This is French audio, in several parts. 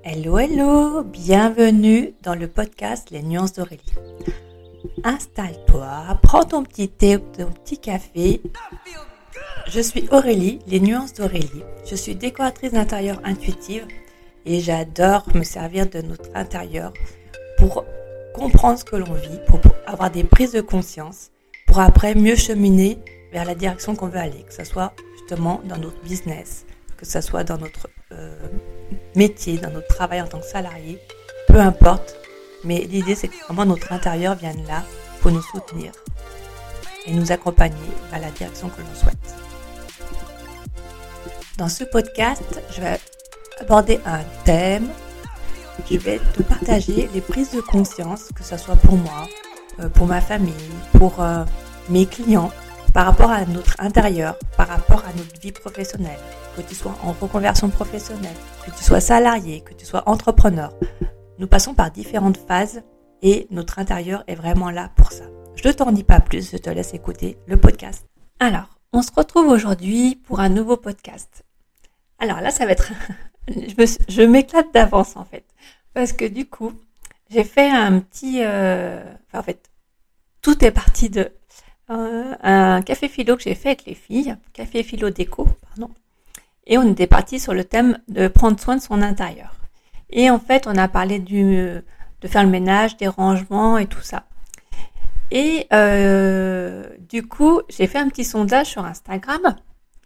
Hello, hello, bienvenue dans le podcast Les Nuances d'Aurélie. Installe-toi, prends ton petit thé ou ton petit café. Je suis Aurélie, Les Nuances d'Aurélie. Je suis décoratrice d'intérieur intuitive et j'adore me servir de notre intérieur pour comprendre ce que l'on vit, pour avoir des prises de conscience, pour après mieux cheminer vers la direction qu'on veut aller, que ce soit justement dans notre business, que ce soit dans notre métier, dans notre travail en tant que salarié, peu importe. Mais l'idée, c'est que vraiment notre intérieur vienne là pour nous soutenir et nous accompagner vers la direction que l'on souhaite. Dans ce podcast, je vais aborder un thème. Je vais te partager les prises de conscience, que ce soit pour moi, pour ma famille, pour mes clients, par rapport à notre intérieur, par rapport à notre vie professionnelle, que tu sois en reconversion professionnelle, que tu sois salarié, que tu sois entrepreneur. Nous passons par différentes phases et notre intérieur est vraiment là pour ça. Je ne t'en dis pas plus, je te laisse écouter le podcast. Alors, on se retrouve aujourd'hui pour un nouveau podcast. Alors là, ça va être... je m'éclate d'avance en fait, parce que du coup, j'ai fait un petit... en fait, tout est parti de... un café philo que j'ai fait avec les filles, café philo déco, pardon. Et on était parti sur le thème de prendre soin de son intérieur. Et en fait, on a parlé de faire le ménage, des rangements et tout ça. Et du coup, j'ai fait un petit sondage sur Instagram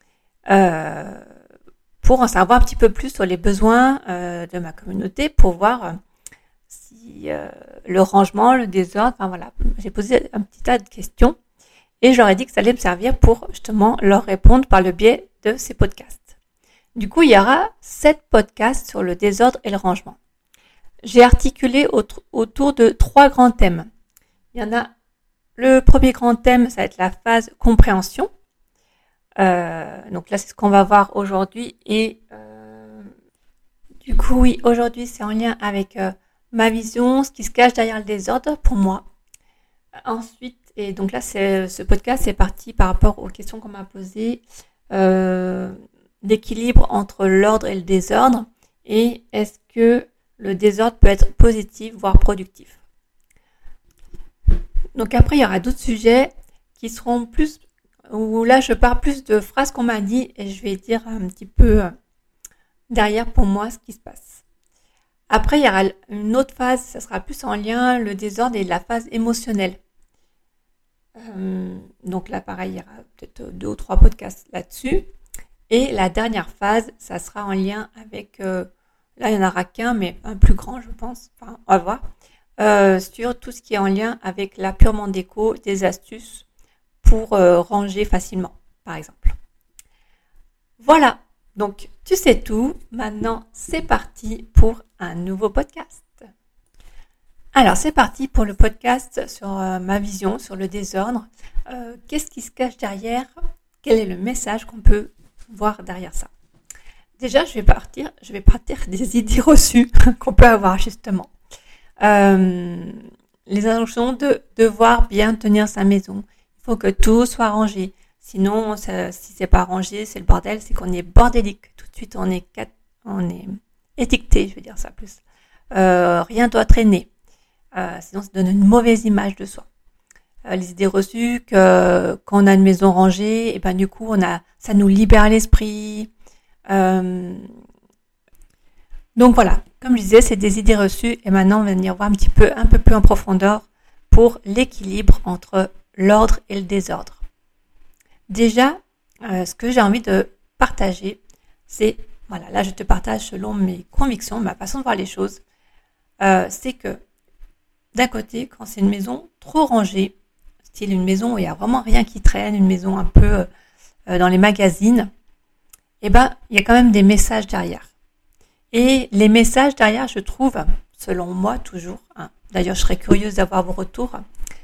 pour en savoir un petit peu plus sur les besoins de ma communauté, pour voir si le rangement, le désordre, enfin voilà, j'ai posé un petit tas de questions. Et j'aurais dit que ça allait me servir pour justement leur répondre par le biais de ces podcasts. Du coup, il y aura 7 podcasts sur le désordre et le rangement. J'ai articulé autour de 3 grands thèmes. Il y en a, le premier grand thème, ça va être la phase compréhension. Donc là, c'est ce qu'on va voir aujourd'hui. Et du coup, oui, aujourd'hui, c'est en lien avec ma vision, ce qui se cache derrière le désordre pour moi. Ensuite, et donc là, ce podcast, c'est parti par rapport aux questions qu'on m'a posées, l'équilibre entre l'ordre et le désordre, et est-ce que le désordre peut être positif, voire productif. Donc après, il y aura d'autres sujets qui seront plus, où là, je pars plus de phrases qu'on m'a dit, et je vais dire un petit peu derrière pour moi ce qui se passe. Après, il y aura une autre phase, ça sera plus en lien, le désordre et la phase émotionnelle. Donc là, pareil, il y aura peut-être 2 ou 3 podcasts là-dessus. Et la dernière phase, ça sera en lien avec... là, il n'y en aura qu'un, mais un plus grand, je pense. Enfin, on va voir. Sur tout ce qui est en lien avec la purement déco, des astuces pour ranger facilement, par exemple. Voilà. Donc, tu sais tout. Maintenant, c'est parti pour un nouveau podcast. Alors, c'est parti pour le podcast sur ma vision, sur le désordre. Qu'est-ce qui se cache derrière? Quel est le message qu'on peut voir derrière ça? Déjà, je vais partir des idées reçues qu'on peut avoir, justement. Les injonctions de devoir bien tenir sa maison. Il faut que tout soit rangé. Sinon, si c'est pas rangé, c'est le bordel, c'est qu'on est bordélique. Tout de suite, on est étiqueté, je vais dire ça plus. Rien doit traîner. Sinon, ça donne une mauvaise image de soi. Les idées reçues que quand on a une maison rangée, et ben du coup, ça nous libère l'esprit. Donc voilà, comme je disais, c'est des idées reçues. Et maintenant, on va venir voir un peu plus en profondeur pour l'équilibre entre l'ordre et le désordre. Déjà, ce que j'ai envie de partager, c'est, voilà, là je te partage selon mes convictions, ma façon de voir les choses, c'est que d'un côté, quand c'est une maison trop rangée, style une maison où il n'y a vraiment rien qui traîne, une maison un peu dans les magazines, eh ben, il y a quand même des messages derrière. Et les messages derrière, je trouve, selon moi toujours, d'ailleurs je serais curieuse d'avoir vos retours,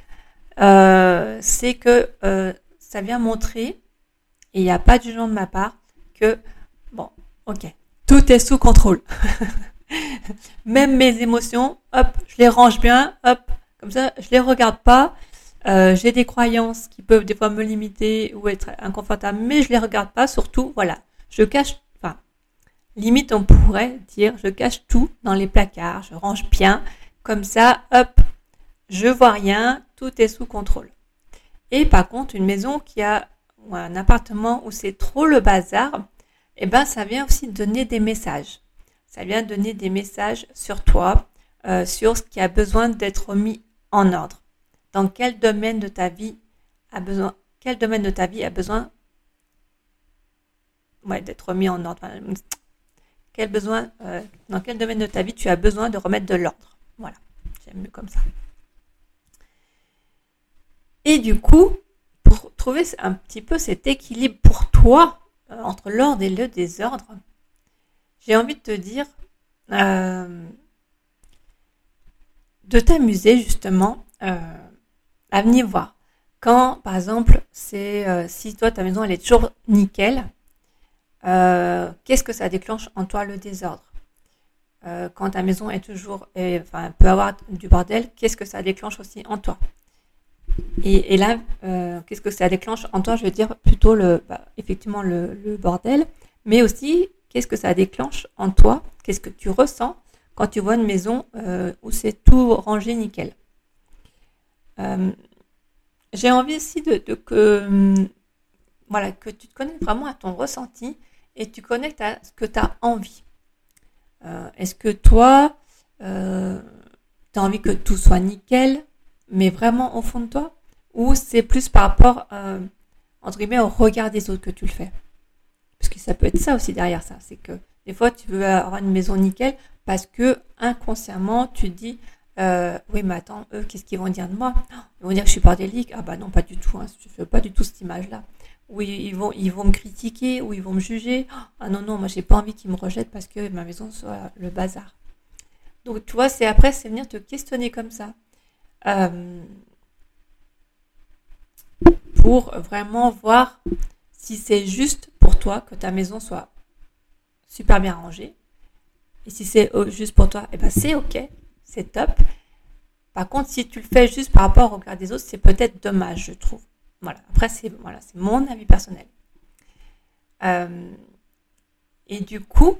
c'est que ça vient montrer, et il n'y a pas de jugement de ma part, que, bon, ok, tout est sous contrôle. Même mes émotions, hop, je les range bien, hop, comme ça, je les regarde pas. J'ai des croyances qui peuvent des fois me limiter ou être inconfortables, mais je les regarde pas. Surtout, voilà, je cache, enfin, Limite, on pourrait dire, je cache tout dans les placards, je range bien, comme ça, hop, je vois rien, tout est sous contrôle. Et par contre, une maison ou un appartement où c'est trop le bazar, ça vient aussi donner des messages. Ça vient donner des messages sur toi, sur ce qui a besoin d'être mis en ordre. Dans quel domaine de ta vie a besoin d'être mis en ordre. Dans quel domaine de ta vie tu as besoin de remettre de l'ordre. Voilà, j'aime mieux comme ça. Et du coup, pour trouver un petit peu cet équilibre pour toi entre l'ordre et le désordre, j'ai envie de te dire de t'amuser justement à venir voir. Quand, par exemple, si toi, ta maison, elle est toujours nickel, qu'est-ce que ça déclenche en toi le désordre? Quand ta maison est peut avoir du bordel, qu'est-ce que ça déclenche aussi en toi? Et là, qu'est-ce que ça déclenche en toi? Je veux dire plutôt effectivement le bordel, mais aussi qu'est-ce que ça déclenche en toi? Qu'est-ce que tu ressens quand tu vois une maison où c'est tout rangé nickel? J'ai envie aussi que tu te connectes vraiment à ton ressenti et tu connectes à ce que tu as envie. Est-ce que toi, tu as envie que tout soit nickel, mais vraiment au fond de toi? Ou c'est plus par rapport, entre guillemets, au regard des autres que tu le fais? Parce que ça peut être ça aussi derrière ça. C'est que des fois, tu veux avoir une maison nickel parce que inconsciemment, tu te dis oui, mais attends, eux, qu'est-ce qu'ils vont dire de moi? Ils vont dire que je suis bordélique. Ah bah non, pas du tout. Je fais pas du tout cette image-là. Oui, ils vont me critiquer, ou ils vont me juger. Ah non, moi j'ai pas envie qu'ils me rejettent parce que ma maison soit le bazar. Donc tu vois, c'est venir te questionner comme ça. Pour vraiment voir si c'est juste pour toi que ta maison soit super bien rangée. Et si c'est juste pour toi, c'est ok, c'est top. Par contre, si tu le fais juste par rapport au regard des autres, c'est peut-être dommage, je trouve. Voilà. Après, c'est mon avis personnel. Et du coup,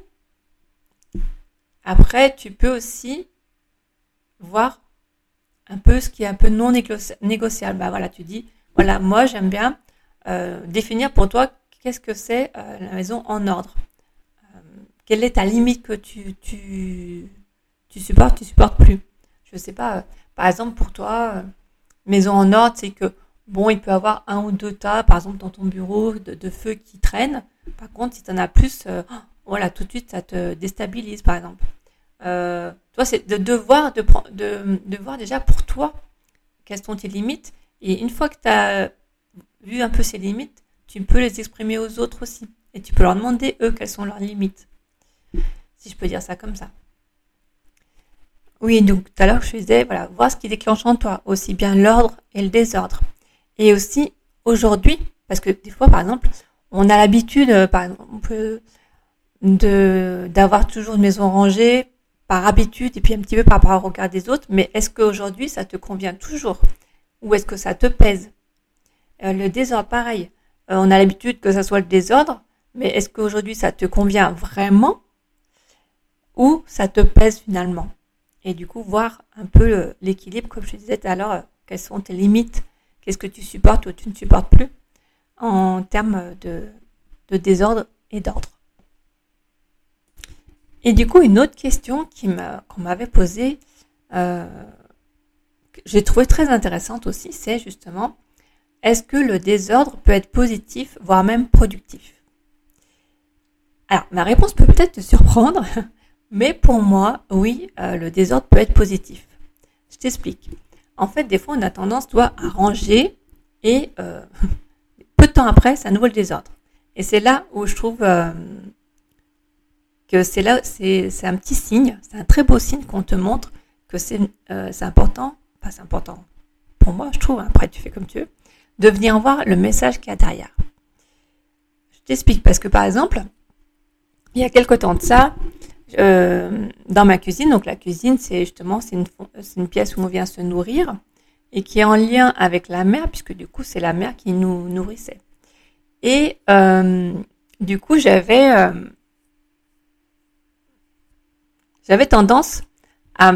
après, tu peux aussi voir un peu ce qui est un peu non négociable. Tu dis, voilà, moi, j'aime bien définir pour toi qu'est-ce que c'est la maison en ordre. Quelle est ta limite que tu supportes plus. Je sais pas, par exemple, pour toi, maison en ordre, c'est que il peut y avoir un ou deux tas, par exemple, dans ton bureau, de feu qui traînent. Par contre, si tu en as plus, tout de suite, ça te déstabilise, par exemple. Toi, c'est de voir déjà pour toi quelles sont tes limites. Et une fois que tu as vu un peu ces limites, tu peux les exprimer aux autres aussi. Et tu peux leur demander, eux, quelles sont leurs limites. Si je peux dire ça comme ça. Oui, donc tout à l'heure, je disais, voir ce qui déclenche en toi, aussi bien l'ordre et le désordre. Et aussi, aujourd'hui, parce que des fois, par exemple, on a l'habitude, d'avoir toujours une maison rangée par habitude et puis un petit peu par rapport au regard des autres, mais est-ce qu'aujourd'hui, ça te convient toujours? Ou est-ce que ça te pèse? Le désordre, pareil. On a l'habitude que ça soit le désordre, mais est-ce qu'aujourd'hui, ça te convient vraiment? Ou ça te pèse finalement? Et du coup, voir un peu l'équilibre, comme je te disais tout à l'heure, quelles sont tes limites, qu'est-ce que tu supportes ou tu ne supportes plus en termes de désordre et d'ordre. Et du coup, une autre question qu'on m'avait posée, j'ai trouvé très intéressante aussi, c'est justement, est-ce que le désordre peut être positif, voire même productif? Alors, ma réponse peut peut-être te surprendre, mais pour moi, oui, le désordre peut être positif. Je t'explique. En fait, des fois, on a tendance, à ranger et peu de temps après, c'est à nouveau le désordre. Et c'est là où je trouve que c'est un petit signe, c'est un très beau signe qu'on te montre que c'est important, pas c'est important pour moi, je trouve, après tu fais comme tu veux, de venir voir le message qu'il y a derrière. Je t'explique, parce que par exemple, il y a quelque temps de ça, dans ma cuisine, donc la cuisine, c'est une pièce où on vient se nourrir et qui est en lien avec la mer, puisque du coup, c'est la mer qui nous nourrissait. Et du coup, j'avais j'avais tendance à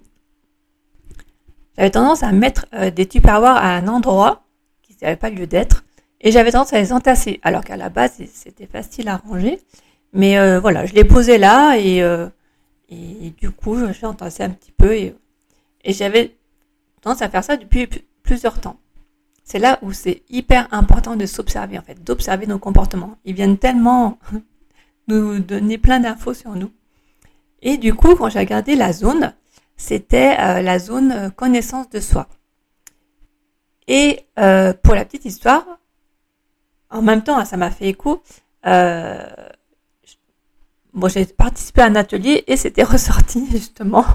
mettre des tupperwares à un endroit qui n'avait pas lieu d'être, et j'avais tendance à les entasser, alors qu'à la base c'était facile à ranger. Mais voilà, je les posais là et du coup je les entassais un petit peu et j'avais tendance à faire ça depuis plusieurs temps. C'est là où c'est hyper important de s'observer en fait, d'observer nos comportements. Ils viennent tellement nous donner plein d'infos sur nous. Et du coup, quand j'ai regardé la zone, c'était la zone connaissance de soi. Et pour la petite histoire, en même temps, ça m'a fait écho. J'ai participé à un atelier et c'était ressorti justement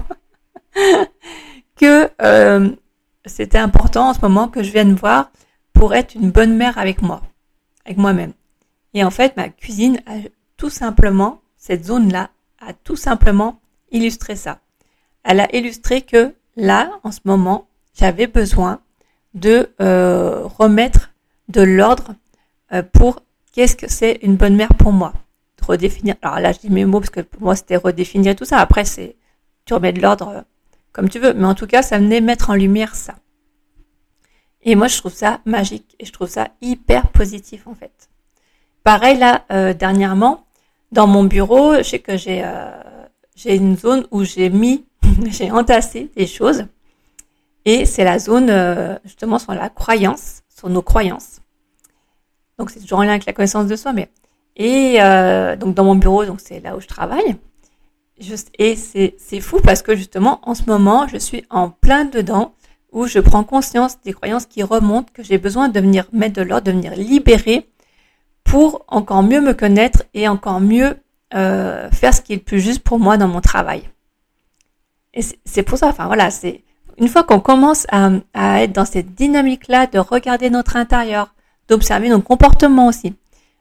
que c'était important en ce moment que je vienne voir pour être une bonne mère avec moi-même. Et en fait, ma cuisine a tout simplement, cette zone-là, a tout simplement illustré ça. Elle a illustré que là, en ce moment, j'avais besoin de remettre de l'ordre pour qu'est-ce que c'est une bonne mère pour moi. De redéfinir. Alors là, je dis mes mots parce que pour moi, c'était redéfinir tout ça. Après, tu remets de l'ordre comme tu veux. Mais en tout cas, ça venait mettre en lumière ça. Et moi, je trouve ça magique et je trouve ça hyper positif en fait. Pareil là, dernièrement, dans mon bureau, je sais que j'ai une zone où j'ai entassé des choses. Et c'est la zone justement sur la croyance, sur nos croyances. Donc c'est toujours en lien avec la connaissance de soi, donc dans mon bureau, donc c'est là où je travaille. Et c'est fou parce que justement en ce moment, je suis en plein dedans où je prends conscience des croyances qui remontent, que j'ai besoin de venir mettre de l'ordre, de venir libérer pour encore mieux me connaître et encore mieux faire ce qui est le plus juste pour moi dans mon travail. Et c'est pour ça, enfin voilà, c'est une fois qu'on commence à être dans cette dynamique-là, de regarder notre intérieur, d'observer nos comportements aussi,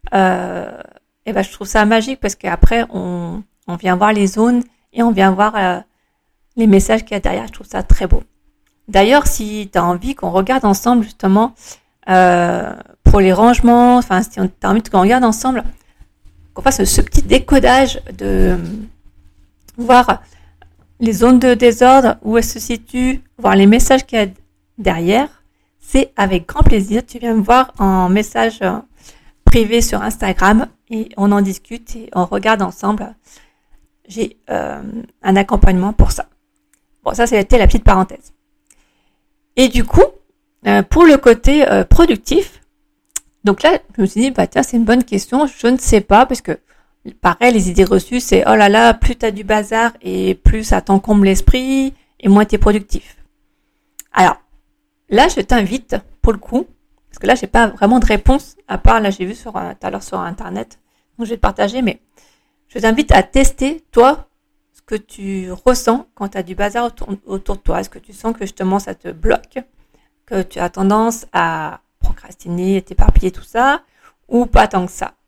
je trouve ça magique parce qu'après on vient voir les zones et on vient voir les messages qu'il y a derrière. Je trouve ça très beau. D'ailleurs, si tu as envie qu'on regarde ensemble justement pour les rangements, enfin si tu as envie qu'on regarde ensemble, qu'on fasse ce petit décodage de voir les zones de désordre, où elles se situent, voir les messages qu'il y a derrière, c'est avec grand plaisir. Tu viens me voir en message privé sur Instagram et on en discute et on regarde ensemble. J'ai un accompagnement pour ça. Bon, ça c'était la petite parenthèse. Et du coup, pour le côté productif, donc là, je me suis dit, tiens, c'est une bonne question, je ne sais pas, parce que pareil, les idées reçues, c'est oh là là, plus t'as du bazar et plus ça t'encombre l'esprit et moins t'es productif. Alors, là, je t'invite, pour le coup, parce que là, j'ai pas vraiment de réponse, à part, là, j'ai vu tout à l'heure sur Internet, donc je vais te partager, mais je t'invite à tester, toi, ce que tu ressens quand tu as du bazar autour de toi. Est-ce que tu sens que justement ça te bloque, que tu as tendance à procrastiner, t'éparpiller, tout ça, ou pas tant que ça?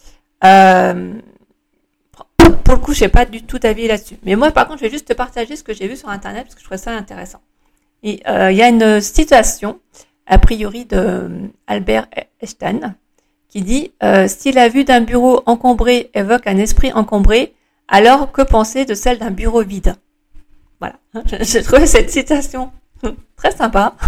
Pour le coup, je n'ai pas du tout d'avis là-dessus. Mais moi, par contre, je vais juste te partager ce que j'ai vu sur Internet parce que je trouvais ça intéressant. Et il y a une citation, a priori de Albert Einstein, qui dit si la vue d'un bureau encombré évoque un esprit encombré, alors que penser de celle d'un bureau vide? Voilà. J'ai trouvé cette citation très sympa.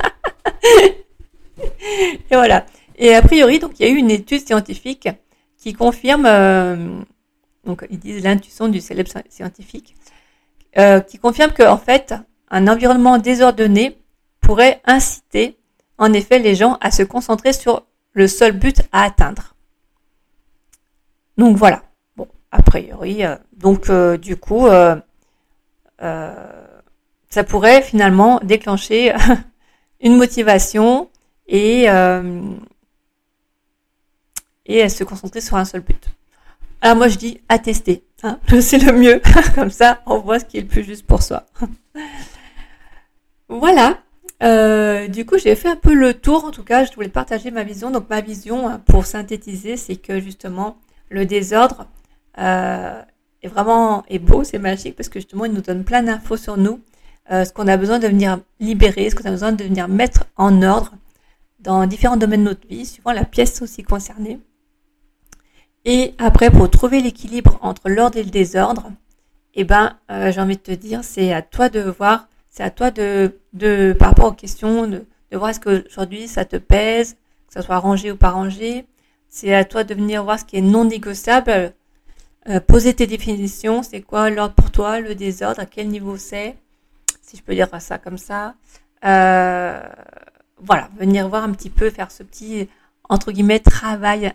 Et voilà. Et a priori, donc, il y a eu une étude scientifique qui confirme, donc ils disent l'intuition du célèbre scientifique, qui confirme que en fait, un environnement désordonné pourrait inciter, en effet, les gens à se concentrer sur le seul but à atteindre. Donc voilà. Bon, a priori, du coup, ça pourrait finalement déclencher une motivation et se concentrer sur un seul but. Alors moi je dis à tester, c'est le mieux, comme ça on voit ce qui est le plus juste pour soi. Voilà, du coup j'ai fait un peu le tour, en tout cas je voulais partager ma vision. Donc ma vision, pour synthétiser, c'est que justement le désordre est beau, c'est magique parce que justement il nous donne plein d'infos sur nous, ce qu'on a besoin de venir libérer, ce qu'on a besoin de venir mettre en ordre dans différents domaines de notre vie, suivant la pièce aussi concernée. Et après, pour trouver l'équilibre entre l'ordre et le désordre, j'ai envie de te dire, c'est à toi de voir, c'est à toi de par rapport aux questions, de voir est-ce qu'aujourd'hui ça te pèse, que ça soit rangé ou pas rangé. C'est à toi de venir voir ce qui est non négociable, poser tes définitions, c'est quoi l'ordre pour toi, le désordre, à quel niveau c'est, si je peux dire ça comme ça. Voilà, venir voir un petit peu, faire ce petit, entre guillemets, travail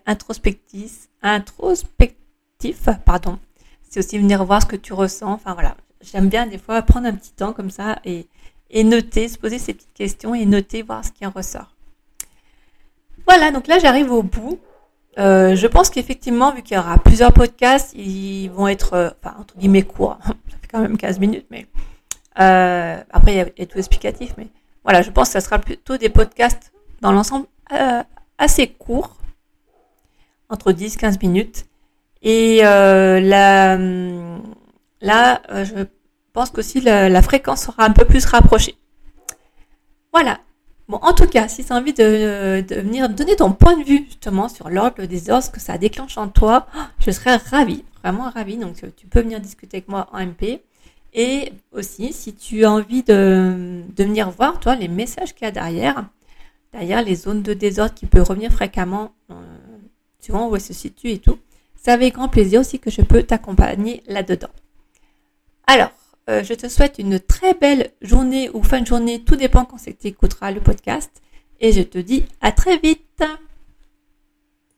introspectif, pardon. C'est aussi venir voir ce que tu ressens. Enfin voilà, j'aime bien des fois prendre un petit temps comme ça et noter, se poser ces petites questions et noter, voir ce qui en ressort. Voilà, donc là j'arrive au bout. Je pense qu'effectivement, vu qu'il y aura plusieurs podcasts, ils vont être, entre guillemets, courts. Ça fait quand même 15 minutes, mais après il y a tout explicatif. Mais voilà, je pense que ça sera plutôt des podcasts dans l'ensemble assez courts, entre 10-15 minutes. Et je pense qu'aussi la fréquence sera un peu plus rapprochée. Voilà. Bon, en tout cas, si tu as envie de venir donner ton point de vue justement sur l'ordre, le désordre, ce que ça déclenche en toi, je serais ravie, vraiment ravie. Donc, tu peux venir discuter avec moi en MP. Et aussi, si tu as envie de venir voir, toi, les messages qu'il y a derrière les zones de désordre qui peuvent revenir fréquemment, suivant où elles se situent et tout, c'est avec grand plaisir aussi que je peux t'accompagner là-dedans. Alors, je te souhaite une très belle journée ou fin de journée, tout dépend quand c'est que tu écouteras le podcast. Et je te dis à très vite.